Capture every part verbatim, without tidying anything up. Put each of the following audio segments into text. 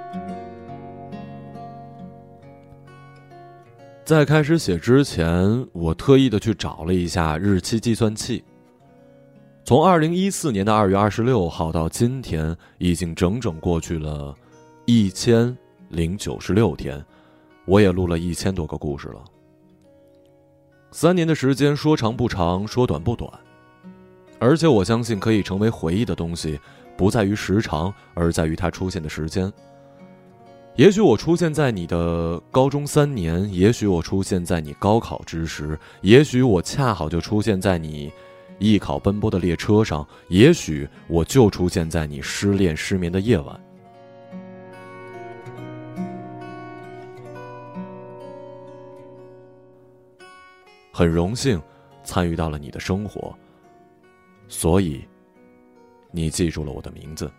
在开始写之前，我特意的去找了一下日期计算器。从二零一四年的二月二十六号到今天，已经整整过去了一千零九十六天，我也录了一千多个故事了。三年的时间，说长不长，说短不短。而且我相信，可以成为回忆的东西，不在于时长，而在于它出现的时间。也许我出现在你的高中三年，也许我出现在你高考之时，也许我恰好就出现在你艺考奔波的列车上，也许我就出现在你失恋失眠的夜晚。很荣幸参与到了你的生活，所以你记住了我的名字。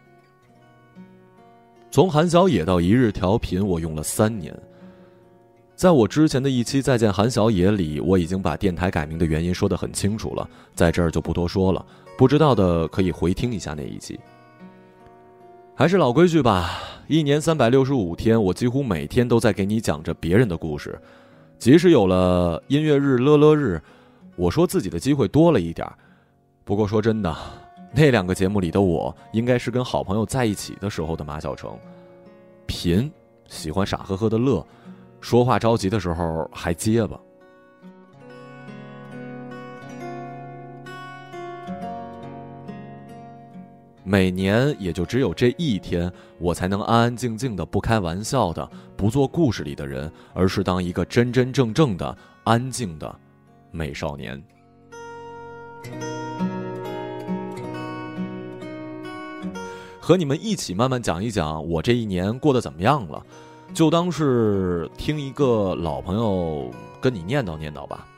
从韩小野到一日调频，我用了三年。在我之前的一期《再见韩小野》里，我已经把电台改名的原因说得很清楚了，在这儿就不多说了，不知道的可以回听一下那一期。还是老规矩吧，一年三百六十五天，我几乎每天都在给你讲着别人的故事。即使有了音乐日、乐乐日，我说自己的机会多了一点。不过说真的，那两个节目里的我，应该是跟好朋友在一起的时候的马小成。贫，喜欢傻呵呵的乐，说话着急的时候还结巴。每年也就只有这一天，我才能安安静静的、不开玩笑的、不做故事里的人，而是当一个真真正正的、安静的美少年。和你们一起慢慢讲一讲我这一年过得怎么样了，就当是听一个老朋友跟你念叨念叨吧。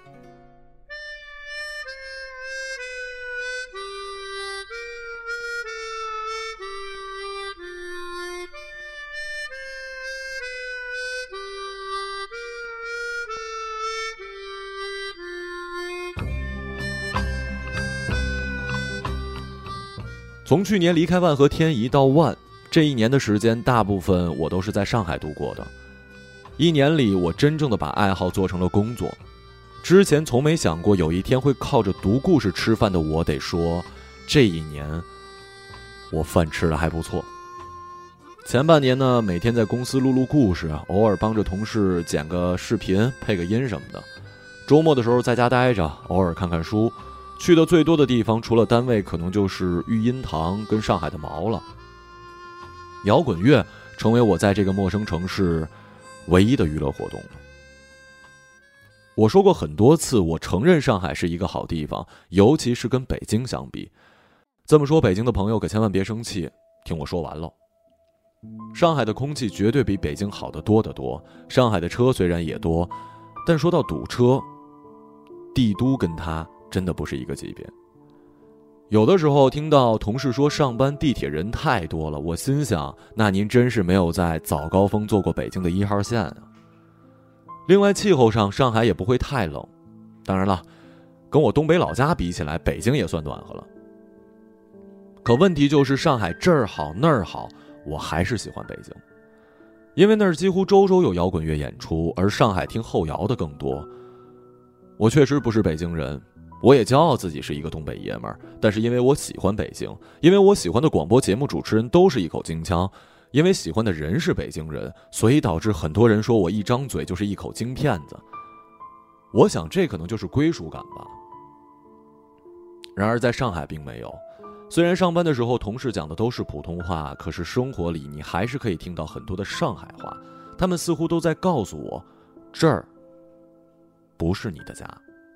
从去年离开万和天宜到万，这一年的时间大部分我都是在上海度过的。一年里，我真正的把爱好做成了工作。之前从没想过有一天会靠着读故事吃饭的我，得说这一年我饭吃得还不错。前半年呢，每天在公司录录故事，偶尔帮着同事剪个视频配个音什么的。周末的时候在家待着，偶尔看看书。去的最多的地方除了单位，可能就是育音堂跟上海的毛了。摇滚乐成为我在这个陌生城市唯一的娱乐活动。我说过很多次，我承认上海是一个好地方，尤其是跟北京相比。这么说北京的朋友可千万别生气，听我说完了。上海的空气绝对比北京好得多得多，上海的车虽然也多，但说到堵车，帝都跟它真的不是一个级别。有的时候听到同事说上班地铁人太多了，我心想，那您真是没有在早高峰坐过北京的一号线啊。另外气候上，上海也不会太冷，当然了，跟我东北老家比起来，北京也算暖和了。可问题就是上海这儿好那儿好，我还是喜欢北京，因为那儿几乎周周有摇滚乐演出，而上海听后摇的更多。我确实不是北京人，我也骄傲自己是一个东北爷们儿，但是因为我喜欢北京，因为我喜欢的广播节目主持人都是一口京腔，因为喜欢的人是北京人，所以导致很多人说我一张嘴就是一口京片子。我想这可能就是归属感吧。然而在上海并没有，虽然上班的时候同事讲的都是普通话，可是生活里你还是可以听到很多的上海话，他们似乎都在告诉我，这儿不是你的家。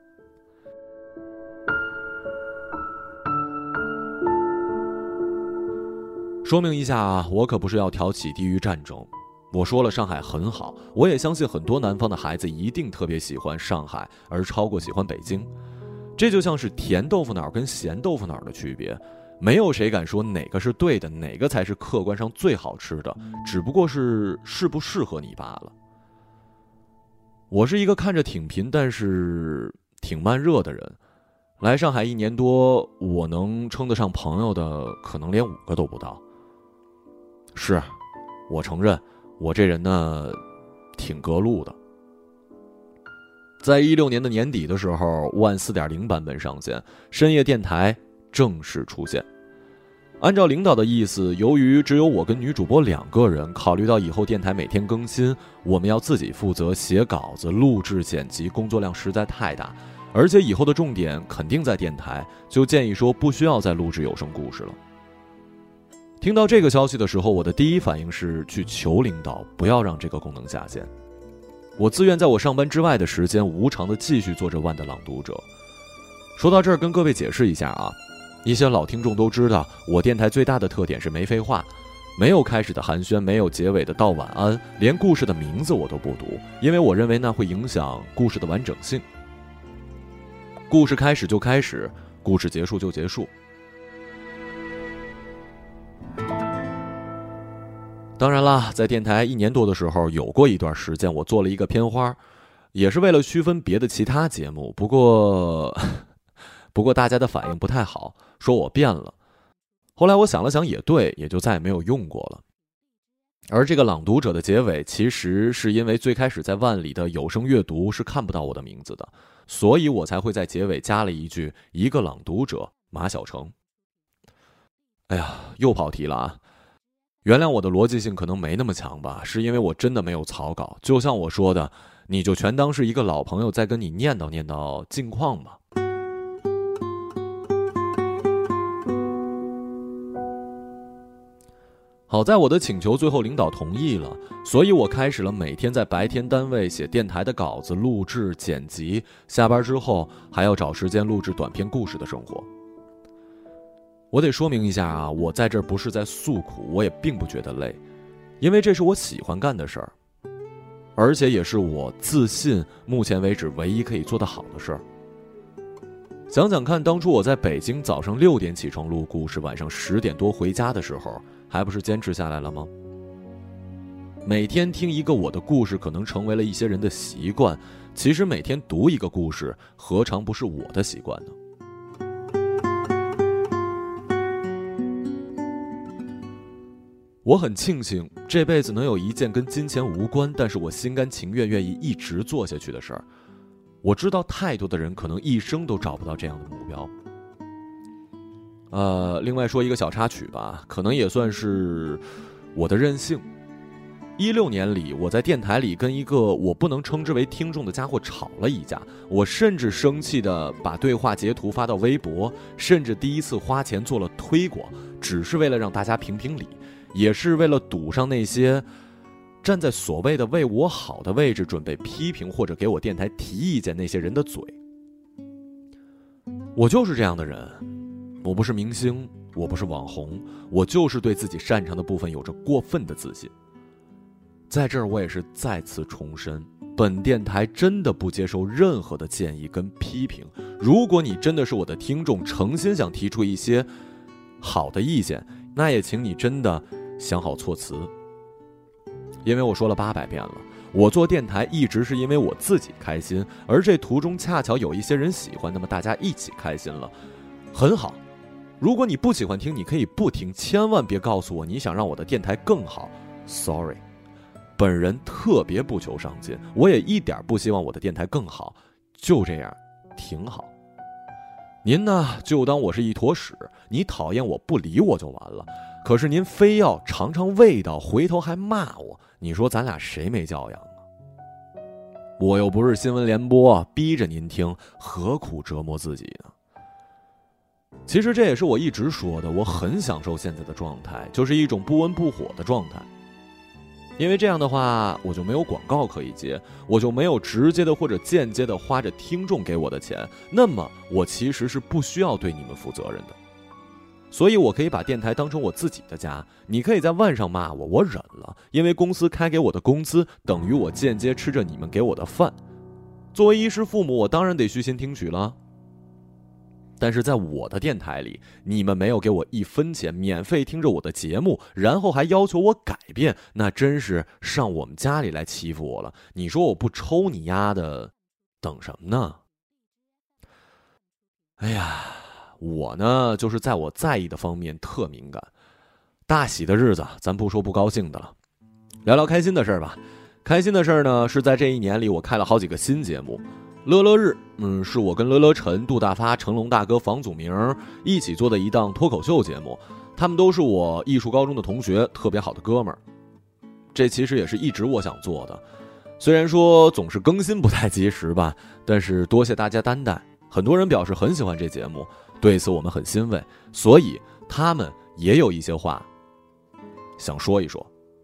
说明一下啊，我可不是要挑起地域战争。我说了上海很好，我也相信很多南方的孩子一定特别喜欢上海，而超过喜欢北京。这就像是甜豆腐脑跟咸豆腐脑的区别，没有谁敢说哪个是对的，哪个才是客观上最好吃的，只不过是适不适合你罢了。我是一个看着挺贫但是挺慢热的人，来上海一年多，我能称得上朋友的可能连五个都不到。是， 我承认，我这人呢，挺隔路的。在一六年的年底的时候，万 四点零 版本上线，深夜电台正式出现。按照领导的意思，由于只有我跟女主播两个人，考虑到以后电台每天更新，我们要自己负责写稿子、录制、剪辑，工作量实在太大，而且以后的重点肯定在电台，就建议说不需要再录制有声故事了。听到这个消息的时候，我的第一反应是去求领导不要让这个功能下线。我自愿在我上班之外的时间无偿地继续做着万的朗读者。说到这儿，跟各位解释一下啊，一些老听众都知道，我电台最大的特点是没废话，没有开始的寒暄，没有结尾的道晚安，连故事的名字我都不读，因为我认为那会影响故事的完整性。故事开始就开始，故事结束就结束。当然啦，在电台一年多的时候，有过一段时间我做了一个片花，也是为了区分别的其他节目，不过不过大家的反应不太好，说我变了。后来我想了想也对，也就再也没有用过了。而这个朗读者的结尾，其实是因为最开始在万里的有声阅读是看不到我的名字的，所以我才会在结尾加了一句一个朗读者马晓成。哎呀，又跑题了啊！原谅我的逻辑性可能没那么强吧，是因为我真的没有草稿，就像我说的，你就全当是一个老朋友在跟你念叨念叨近况吧。好在我的请求最后领导同意了，所以我开始了每天在白天单位写电台的稿子、录制、剪辑，下班之后还要找时间录制短篇故事的生活。我得说明一下啊，我在这儿不是在诉苦，我也并不觉得累，因为这是我喜欢干的事儿，而且也是我自信目前为止唯一可以做得好的事儿。想想看，当初我在北京早上六点起床录故事，晚上十点多回家的时候，还不是坚持下来了吗？每天听一个我的故事可能成为了一些人的习惯，其实每天读一个故事何尝不是我的习惯呢？我很庆幸这辈子能有一件跟金钱无关，但是我心甘情愿愿意一直做下去的事儿。我知道太多的人可能一生都找不到这样的目标。呃，另外说一个小插曲吧，可能也算是我的任性。一六年里，我在电台里跟一个我不能称之为听众的家伙吵了一架，我甚至生气地把对话截图发到微博，甚至第一次花钱做了推广，只是为了让大家评评理，也是为了堵上那些站在所谓的为我好的位置准备批评或者给我电台提意见那些人的嘴。我就是这样的人，我不是明星，我不是网红，我就是对自己擅长的部分有着过分的自信。在这儿我也是再次重申，本电台真的不接受任何的建议跟批评，如果你真的是我的听众，诚心想提出一些好的意见，那也请你真的想好措辞。因为我说了八百遍了，我做电台一直是因为我自己开心，而这途中恰巧有一些人喜欢，那么大家一起开心了，很好。如果你不喜欢听，你可以不听，千万别告诉我你想让我的电台更好。 Sorry， 本人特别不求上进，我也一点不希望我的电台更好，就这样挺好。您呢，就当我是一坨屎，你讨厌我不理我就完了，可是您非要尝尝味道，回头还骂我，你说咱俩谁没教养啊？我又不是新闻联播，逼着您听，何苦折磨自己呢？其实这也是我一直说的，我很享受现在的状态，就是一种不温不火的状态。因为这样的话，我就没有广告可以接，我就没有直接的或者间接的花着听众给我的钱，那么我其实是不需要对你们负责任的。所以我可以把电台当成我自己的家，你可以在万上骂我，我忍了，因为公司开给我的工资等于我间接吃着你们给我的饭。作为衣食父母，我当然得虚心听取了。但是在我的电台里，你们没有给我一分钱，免费听着我的节目，然后还要求我改变，那真是上我们家里来欺负我了。你说我不抽你丫的，等什么呢？哎呀，我呢，就是在我在意的方面特敏感。大喜的日子，咱不说不高兴的了， 聊聊开心的事儿吧。开心的事儿呢，是在这一年里我开了好几个新节目。乐乐日，嗯，是我跟乐乐晨、杜大发、成龙大哥、房祖名一起做的一档脱口秀节目，他们都是我艺术高中的同学，特别好的哥们儿。这其实也是一直我想做的，虽然说总是更新不太及时吧，但是多谢大家担待。很多人表示很喜欢这节目，对此我们很欣慰，所以他们也有一些话想说一说。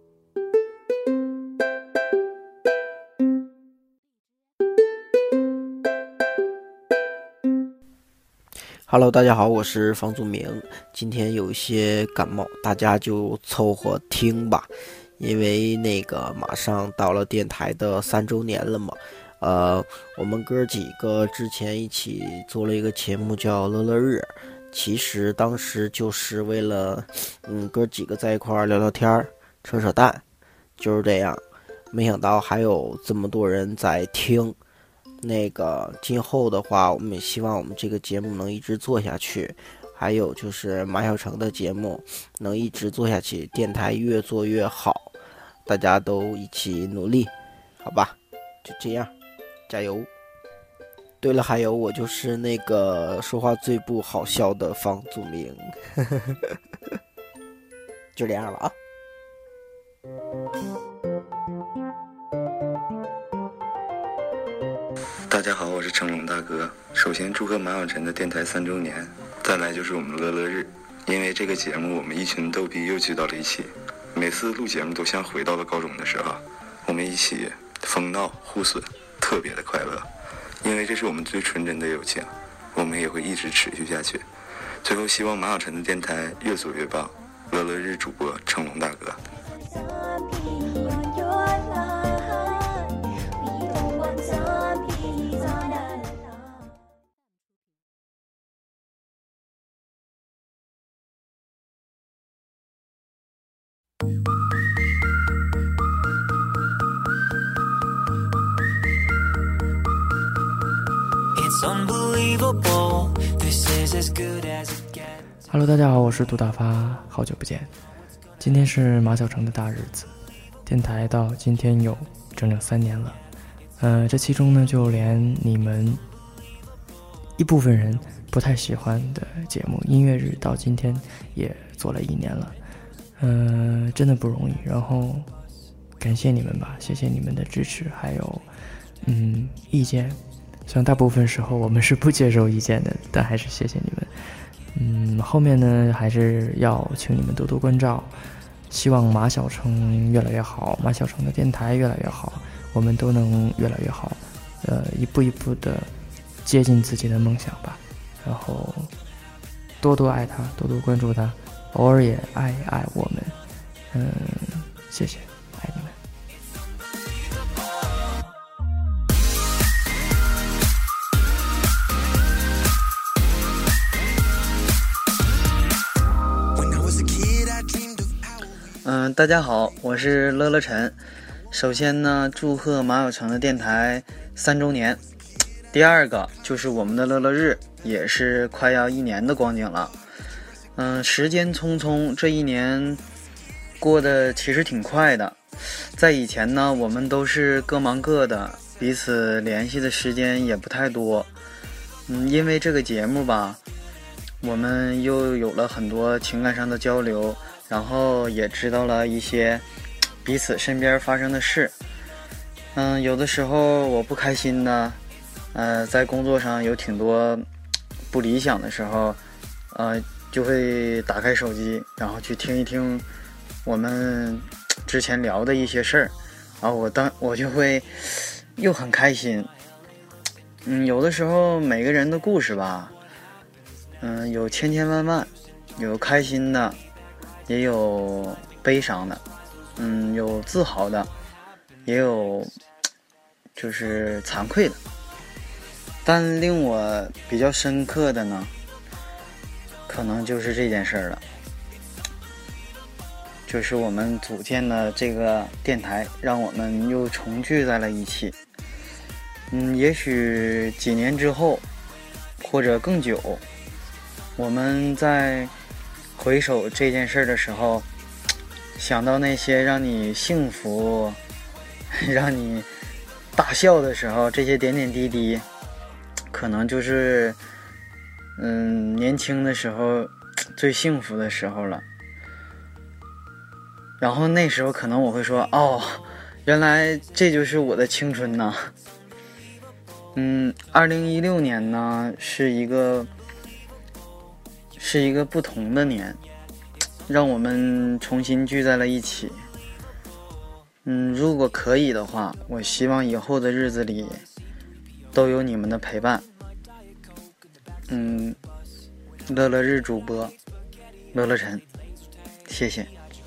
Hello， 大家好，我是房祖名。今天有一些感冒，大家就凑合听吧，因为那个马上到了电台的三周年了嘛。呃，我们哥几个之前一起做了一个节目叫乐乐日，其实当时就是为了，嗯，哥几个在一块聊聊天、扯扯淡，就是这样。没想到还有这么多人在听。那个今后的话，我们也希望我们这个节目能一直做下去，还有就是马小成的节目能一直做下去，电台越做越好，大家都一起努力，好吧？就这样，加油！对了，还有我就是那个说话最不好笑的房祖名，就这样了啊。 大家好，我是成龙大哥。首先祝贺马小晨的电台三周年，再来就是我们乐乐日。因为这个节目，我们一群逗逼又聚到了一起，每次录节目都像回到了高中的时候，我们一起疯闹互损，特别的快乐。因为这是我们最纯真的友情，我们也会一直持续下去。最后希望马小晨的电台越做越棒。乐乐日主播成龙大哥。 Hello， 大家好，我是杜大发，好久不见。今天是马小成的大日子，电台到今天有整整三年了。呃，这其中呢，就连你们一部分人不太喜欢的节目音乐日，到今天也做了一年了。嗯、呃，真的不容易。然后感谢你们吧，谢谢你们的支持，还有嗯意见。虽然大部分时候我们是不接受意见的，但还是谢谢你们。嗯，后面呢还是要请你们多多关照，希望马小成越来越好，马小成的电台越来越好，我们都能越来越好，呃，一步一步的接近自己的梦想吧。然后多多爱他，多多关注他，偶尔也爱一爱我们。嗯，谢谢，爱你们。 嗯，大家好，我是乐乐晨。首先呢，祝贺马小成的电台三周年。第二个就是我们的乐乐日，也是快要一年的光景了。嗯，时间匆匆，这一年过得其实挺快的。在以前呢，我们都是各忙各的，彼此联系的时间也不太多。嗯，因为这个节目吧，我们又有了很多情感上的交流。然后也知道了一些彼此身边发生的事。嗯，有的时候我不开心呢，呃，在工作上有挺多不理想的时候，呃，就会打开手机，然后去听一听我们之前聊的一些事儿，然后我当我就会又很开心。嗯，有的时候每个人的故事吧，嗯，有千千万万，有开心的。也有悲伤的，嗯，有自豪的，也有就是惭愧的。但令我比较深刻的呢，可能就是这件事了，就是我们组建的这个电台，让我们又重聚在了一起。嗯，也许几年之后，或者更久，我们在回首这件事的时候， 想到那些让你幸福让你大笑的时候，这些点点滴滴可能就是嗯年轻的时候最幸福的时候了。然后那时候可能我会说，哦，原来这就是我的青春呐。嗯二零一六年呢是一个是一个不同的年，让我们重新聚在了一起。嗯，如果可以的话，我希望以后的日子里都有你们的陪伴。嗯，乐乐日主播乐乐晨，谢谢。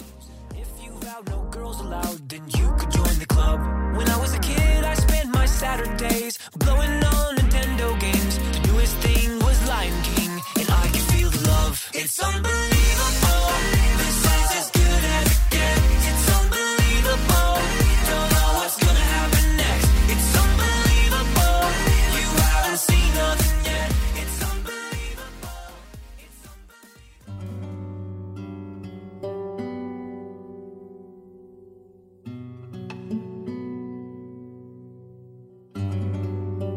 It's unbelievable. This is as good as it gets. It's unbelievable. Don't know what's gonna happen next. It's unbelievable. You haven't seen nothing yet. It's unbelievable. It's unbelievable.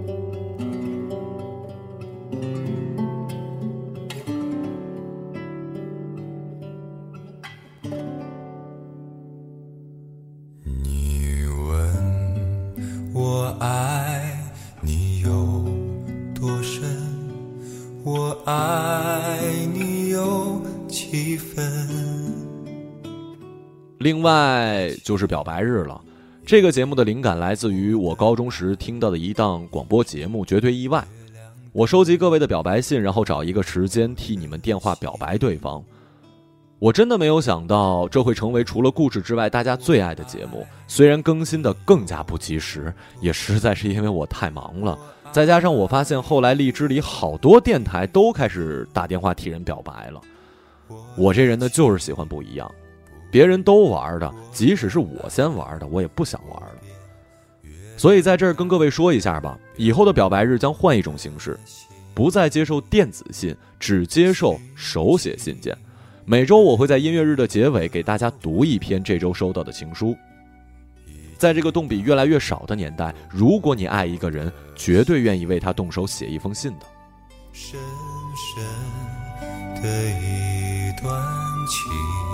另外就是表白日了，这个节目的灵感来自于我高中时听到的一档广播节目，绝对意外。我收集各位的表白信，然后找一个时间替你们电话表白对方。我真的没有想到这会成为除了故事之外大家最爱的节目，虽然更新的更加不及时，也实在是因为我太忙了，再加上我发现后来荔枝里好多电台都开始打电话替人表白了。我这人呢就是喜欢不一样，别人都玩的，即使是我先玩的，我也不想玩了。所以在这儿跟各位说一下吧，以后的表白日将换一种形式，不再接受电子信，只接受手写信件。每周我会在音乐日的结尾给大家读一篇这周收到的情书。在这个动笔越来越少的年代，如果你爱一个人，绝对愿意为他动手写一封信的。 深深的一段情，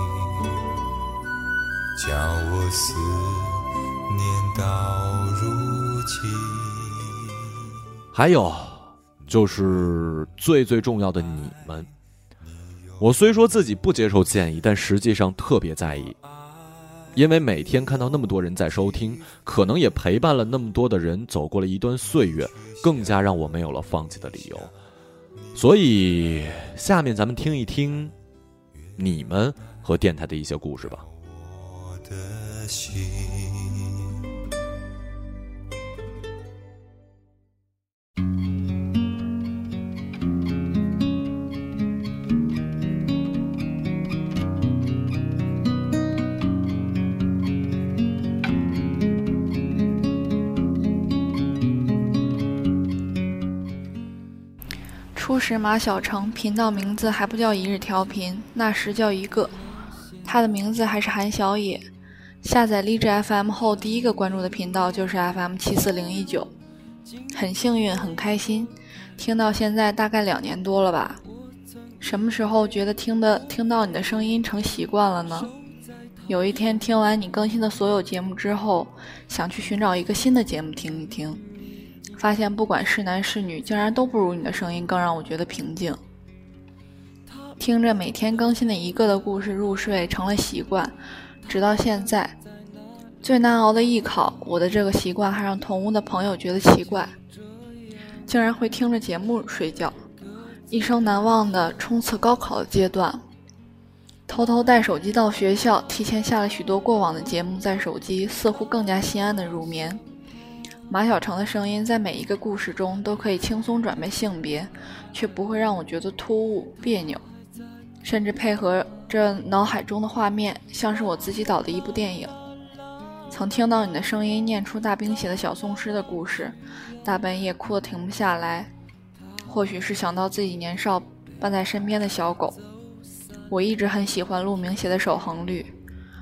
叫我思念到如今。 还有就是最最重要的你们，我虽说自己不接受建议，但实际上特别在意，因为每天看到那么多人在收听，可能也陪伴了那么多的人走过了一段岁月，更加让我没有了放弃的理由。所以下面咱们听一听你们和电台的一些故事吧。 我的心初识马小成，频道名字还不叫一日调频，那时叫一个，他的名字还是韩小野。下载荔枝 F M 后，第一个关注的频道就是 F M 七四零一九，很幸运，很开心，听到现在大概两年多了吧。什么时候觉得听的听到你的声音成习惯了呢？有一天听完你更新的所有节目之后，想去寻找一个新的节目听一听。发现不管是男是女，竟然都不如你的声音更让我觉得平静。听着每天更新的一个的故事入睡成了习惯，直到现在。最难熬的艺考，我的这个习惯还让同屋的朋友觉得奇怪，竟然会听着节目睡觉。一生难忘的冲刺高考的阶段，偷偷带手机到学校，提前下了许多过往的节目在手机，似乎更加心安的入眠。马小成的声音在每一个故事中都可以轻松转变性别，却不会让我觉得突兀别扭，甚至配合着脑海中的画面，像是我自己导的一部电影。曾听到你的声音念出大冰写的小宋诗的故事，大半夜哭得停不下来，或许是想到自己年少伴在身边的小狗。我一直很喜欢陆明写的守恒律，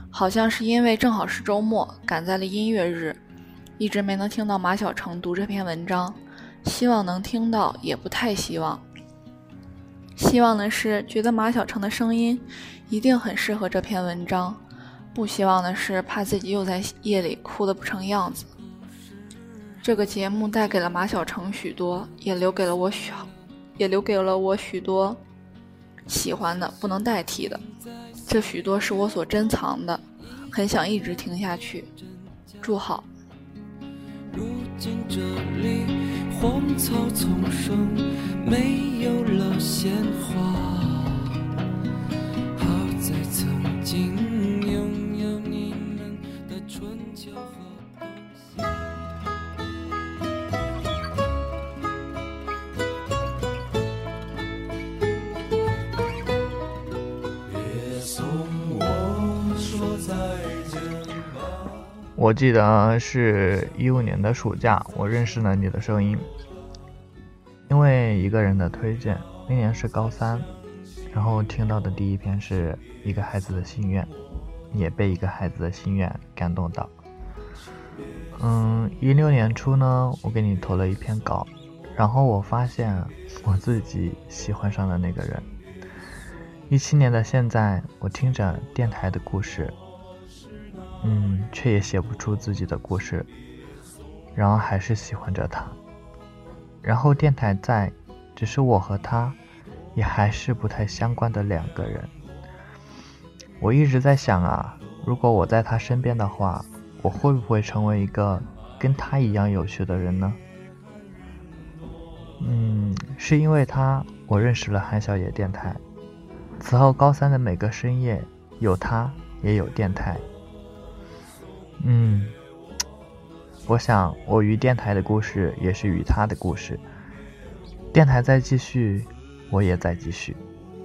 好像是因为正好是周末，赶在了音乐日，一直没能听到马晓成读这篇文章，希望能听到，也不太希望。希望的是觉得马晓成的声音一定很适合这篇文章，不希望的是怕自己又在夜里哭得不成样子。这个节目带给了马晓成许多，也留给了我许也留给了我许多喜欢的不能代替的，这许多是我所珍藏的，很想一直听下去。祝好。 如今这里荒草丛生，没有了鲜花，好在曾经拥有你们的春秋和冬夏。 我记得是一五年的暑假，我认识了你的声音，因为一个人的推荐，那年是高三，然后听到的第一篇是一个孩子的心愿，也被一个孩子的心愿感动到。嗯，一六年初呢，我给你投了一篇稿，然后我发现我自己喜欢上了那个人。一七年的现在，我听着电台的故事。嗯，却也写不出自己的故事，然后还是喜欢着他。然后电台在，只是我和他，也还是不太相关的两个人。我一直在想啊，如果我在他身边的话，我会不会成为一个跟他一样有趣的人呢？嗯，是因为他，我认识了韩小野电台。此后高三的每个深夜，有他，也有电台。嗯，我想我与电台的故事也是与他的故事，电台在继续，我也在继续。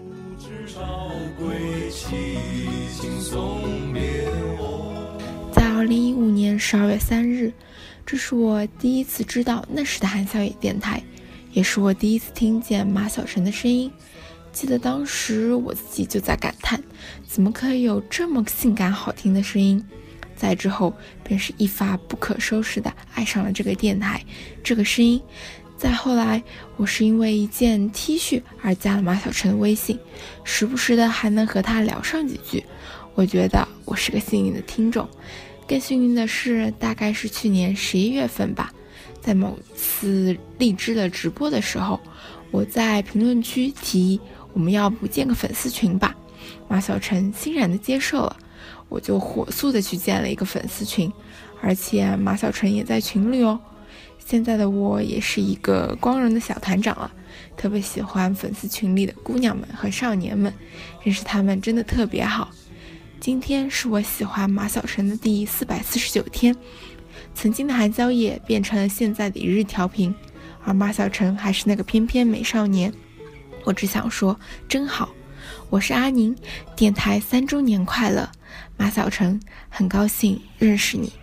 在二零一五年十二月三日，这是我第一次知道那时的韩小野电台，也是我第一次听见马晓成的声音。记得当时我自己就在感叹，怎么可以有这么性感好听的声音。再之后便是一发不可收拾的爱上了这个电台，这个声音。再后来，我是因为一件 T 恤而加了马晓成的微信，时不时的还能和他聊上几句。我觉得我是个幸运的听众。更幸运的是，大概是去年十一月份吧，在某次荔枝的直播的时候，我在评论区提议我们要不建个粉丝群吧，马晓成欣然的接受了。我就火速的去建了一个粉丝群，而且马晓成也在群里哦。现在的我也是一个光荣的小团长了，特别喜欢粉丝群里的姑娘们和少年们，认识他们真的特别好。今天是我喜欢马晓成的第四百四十九天，曾经的韩小野变成了现在的一日调频，而马晓成还是那个翩翩美少年。我只想说真好。我是阿宁，电台三周年快乐，马晓成，很高兴认识你。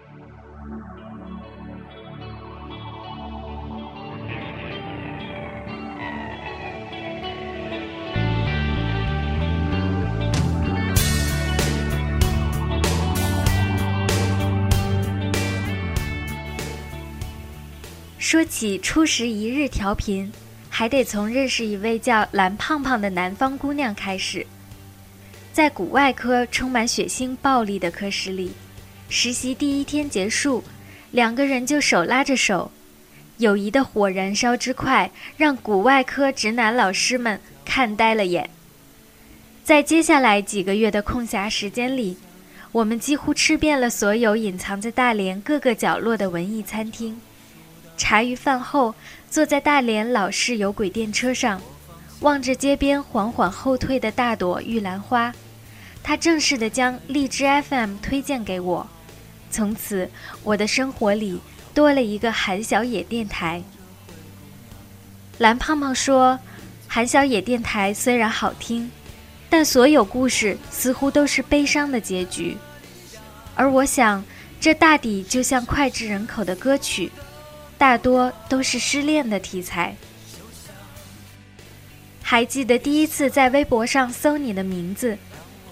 说起初识一日调频，还得从认识一位叫蓝胖胖的南方姑娘开始。在古外科充满血腥暴力的科室里，实习第一天结束，两个人就手拉着手，友谊的火燃烧之快，让古外科直男老师们看呆了眼。在接下来几个月的空暇时间里，我们几乎吃遍了所有隐藏在大连各个角落的文艺餐厅。茶余饭后，坐在大连老式有轨电车上，望着街边缓缓后退的大朵玉兰花，他正式地将荔枝 F M 推荐给我。从此，我的生活里多了一个韩小野电台。蓝胖胖说，韩小野电台虽然好听，但所有故事似乎都是悲伤的结局。而我想，这大抵就像脍炙人口的歌曲，大多都是失恋的题材。还记得第一次在微博上搜你的名字，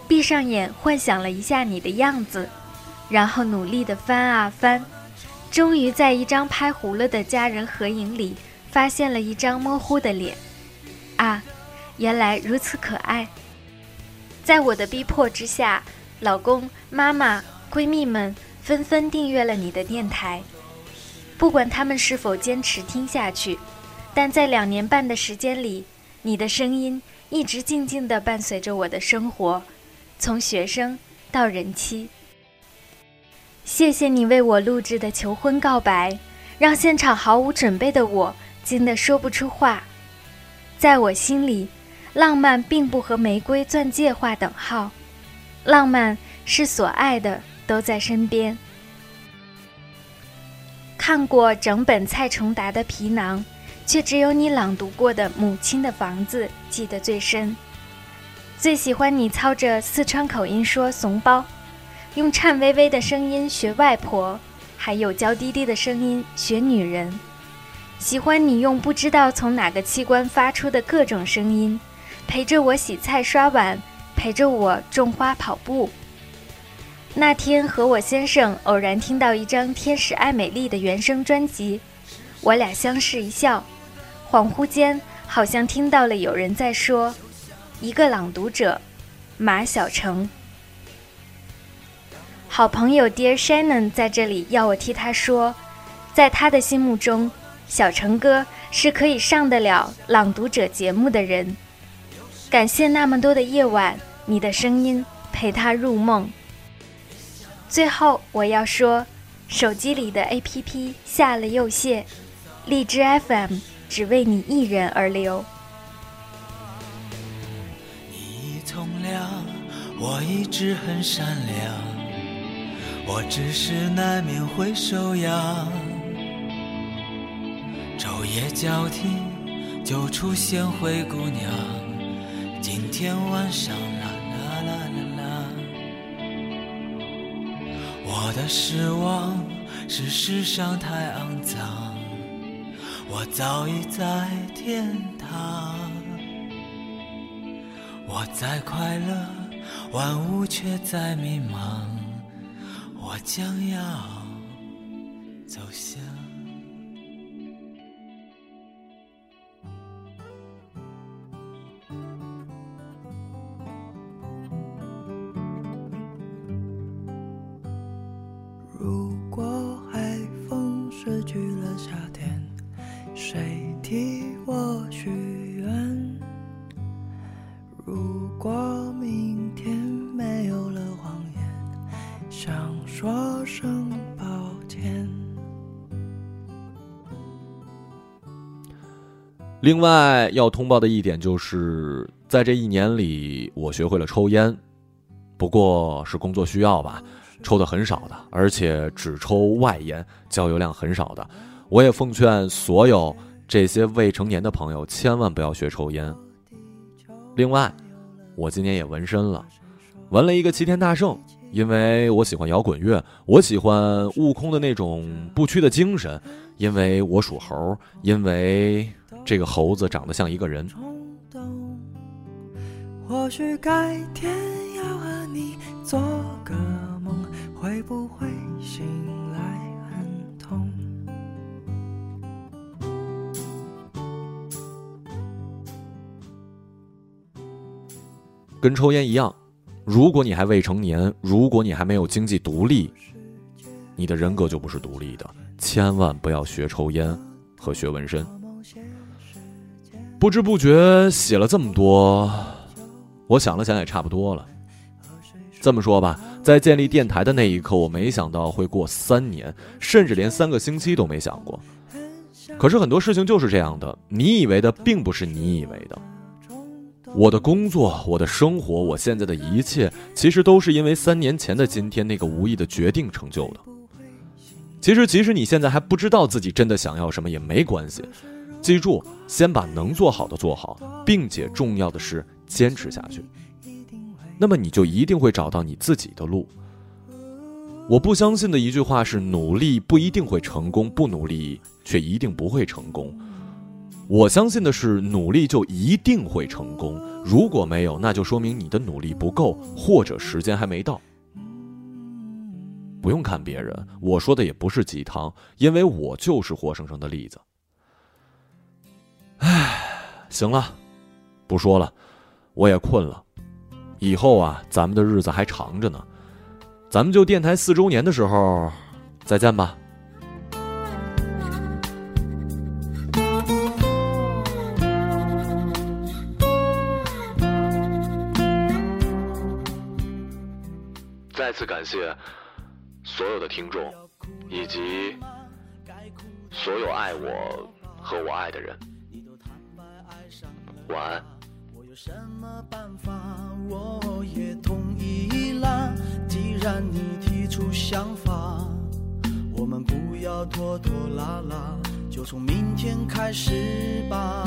闭上眼幻想了一下你的样子，然后努力地翻啊翻，终于在一张拍糊了的家人合影里发现了一张模糊的脸。啊，原来如此可爱。在我的逼迫之下，老公、妈妈、闺蜜们纷纷订阅了你的电台。不管他们是否坚持听下去，但在两年半的时间里，你的声音一直静静地伴随着我的生活，从学生到人妻。谢谢你为我录制的求婚告白，让现场毫无准备的我惊得说不出话。在我心里，浪漫并不和玫瑰钻戒划等号，浪漫是所爱的都在身边。看过整本蔡崇达的皮囊，却只有你朗读过的《母亲的房子》记得最深。最喜欢你操着四川口音说怂包，用颤巍巍的声音学外婆，还有娇滴滴的声音学女人。喜欢你用不知道从哪个器官发出的各种声音，陪着我洗菜刷碗，陪着我种花跑步。那天和我先生偶然听到一张《天使爱美丽》的原声专辑，我俩相视一笑，恍惚间好像听到了有人在说，一个朗读者，马晓成。好朋友 Dear Shannon 在这里要我替他说，在他的心目中，小成哥是可以上得了朗读者节目的人。感谢那么多的夜晚，你的声音陪他入梦。最后我要说，手机里的 A P P 下了又卸，荔枝 F M 只为你一人而留。 你从良，我一直很善良，我只是难免会手痒，昼夜交替就出现灰姑娘，今天晚上啦啦啦啦啦，我的失望是世上太肮脏，我早已在天堂，我在快乐，万物却在迷茫，我将要走向如果海风失去了夏天，谁替我许愿？如果明天没有了谎言，想说声抱歉。 另外要通报的一点就是，在这一年里，我学会了抽烟，不过是工作需要吧，抽的很少的，而且只抽外烟，交友量很少的。我也奉劝所有这些未成年的朋友，千万不要学抽烟。另外，我今年也纹身了，纹了一个齐天大圣，因为我喜欢摇滚乐，我喜欢悟空的那种不屈的精神，因为我属猴，因为这个猴子长得像一个人。 或许改天要和你做个梦，会不会醒来很痛？ 跟抽烟一样，如果你还未成年，如果你还没有经济独立，你的人格就不是独立的，千万不要学抽烟和学纹身。不知不觉写了这么多，我想了想也差不多了。这么说吧，在建立电台的那一刻，我没想到会过三年，甚至连三个星期都没想过。可是很多事情就是这样的，你以为的并不是你以为的。我的工作，我的生活，我现在的一切，其实都是因为三年前的今天那个无意的决定成就的。其实即使你现在还不知道自己真的想要什么也没关系，记住，先把能做好的做好，并且重要的是坚持下去，那么你就一定会找到你自己的路。我不相信的一句话是，努力不一定会成功，不努力却一定不会成功。 我相信的是，努力就一定会成功，如果没有，那就说明你的努力不够，或者时间还没到。不用看别人，我说的也不是鸡汤，因为我就是活生生的例子。唉，行了，不说了，我也困了。以后啊，咱们的日子还长着呢，咱们就电台四周年的时候再见吧。再次感谢所有的听众，以及所有爱我和我爱的人。晚安。 我有什么办法，我也同意了。既然你提出想法，我们不要拖拖拉拉，就从明天开始吧。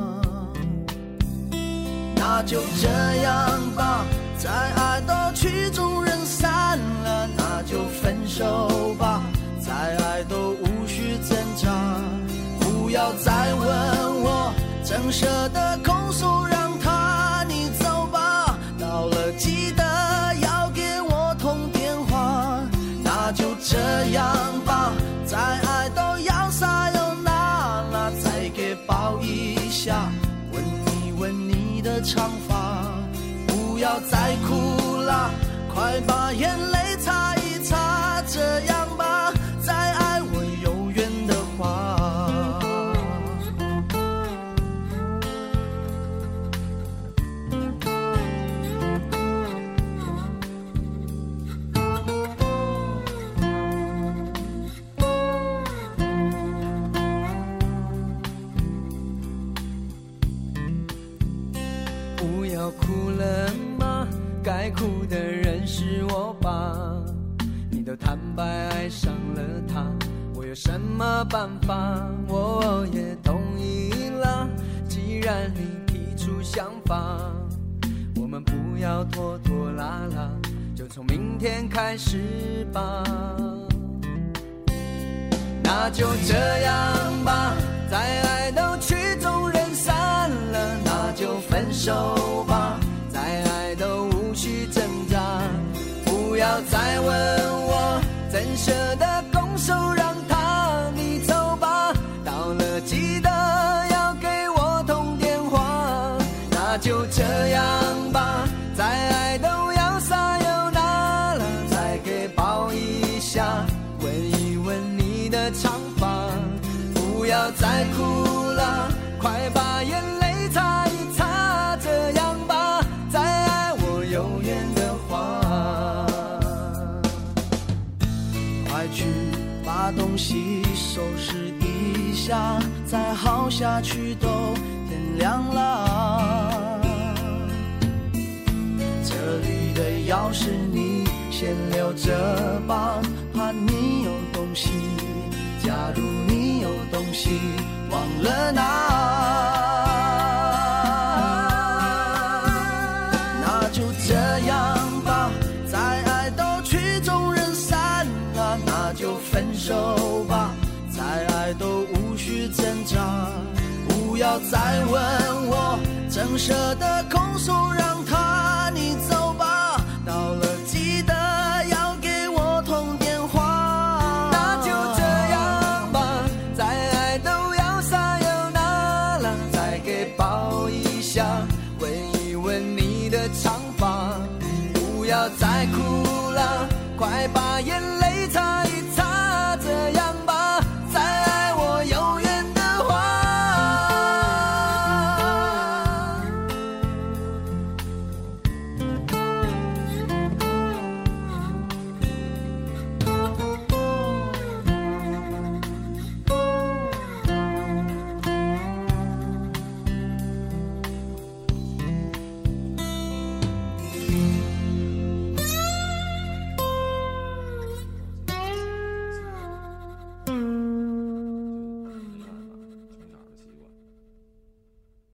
那就这样吧，再爱到曲终人散了，那就分手吧，再爱都无需挣扎。不要再问我怎舍得控诉，让他你走吧，到了记得要给我通电话。那就这样吧，再爱都要撒又那拉，再给抱一下，吻一吻你的长发。不要再哭了，快把眼泪擦一擦，这样吧，再爱我有缘的话。不要哭了吗？该哭的人是我吧？你都坦白爱上了他，我有什么办法？我也同意了。既然你提出想法，我们不要拖拖拉拉，就从明天开始吧。那就这样吧，再爱都曲终人散了，那就分手吧，再爱都无需挣扎。不要再问我怎舍得拱手让他你走吧，到了记得要给我通电话。那就这样吧，再爱都要撒又那拉，再给抱一下，吻一吻你的长发。不要再哭了，快把眼泪擦一擦，这样吧，再爱我有缘的话。快去把东西收拾一下，再耗下去都天亮了。这里的钥匙你先留着吧，怕你有东西，假如你有东西忘了拿，那就这样吧，再爱都曲终人散了，那就分手吧，再爱都无需挣扎。不要再问我怎舍得控诉，让他你走吧，到了记得要给我通电话。那就这样吧，再爱都要撒又那拉，再给抱一下，吻一吻你的长发。不要再哭了，快把眼泪擦一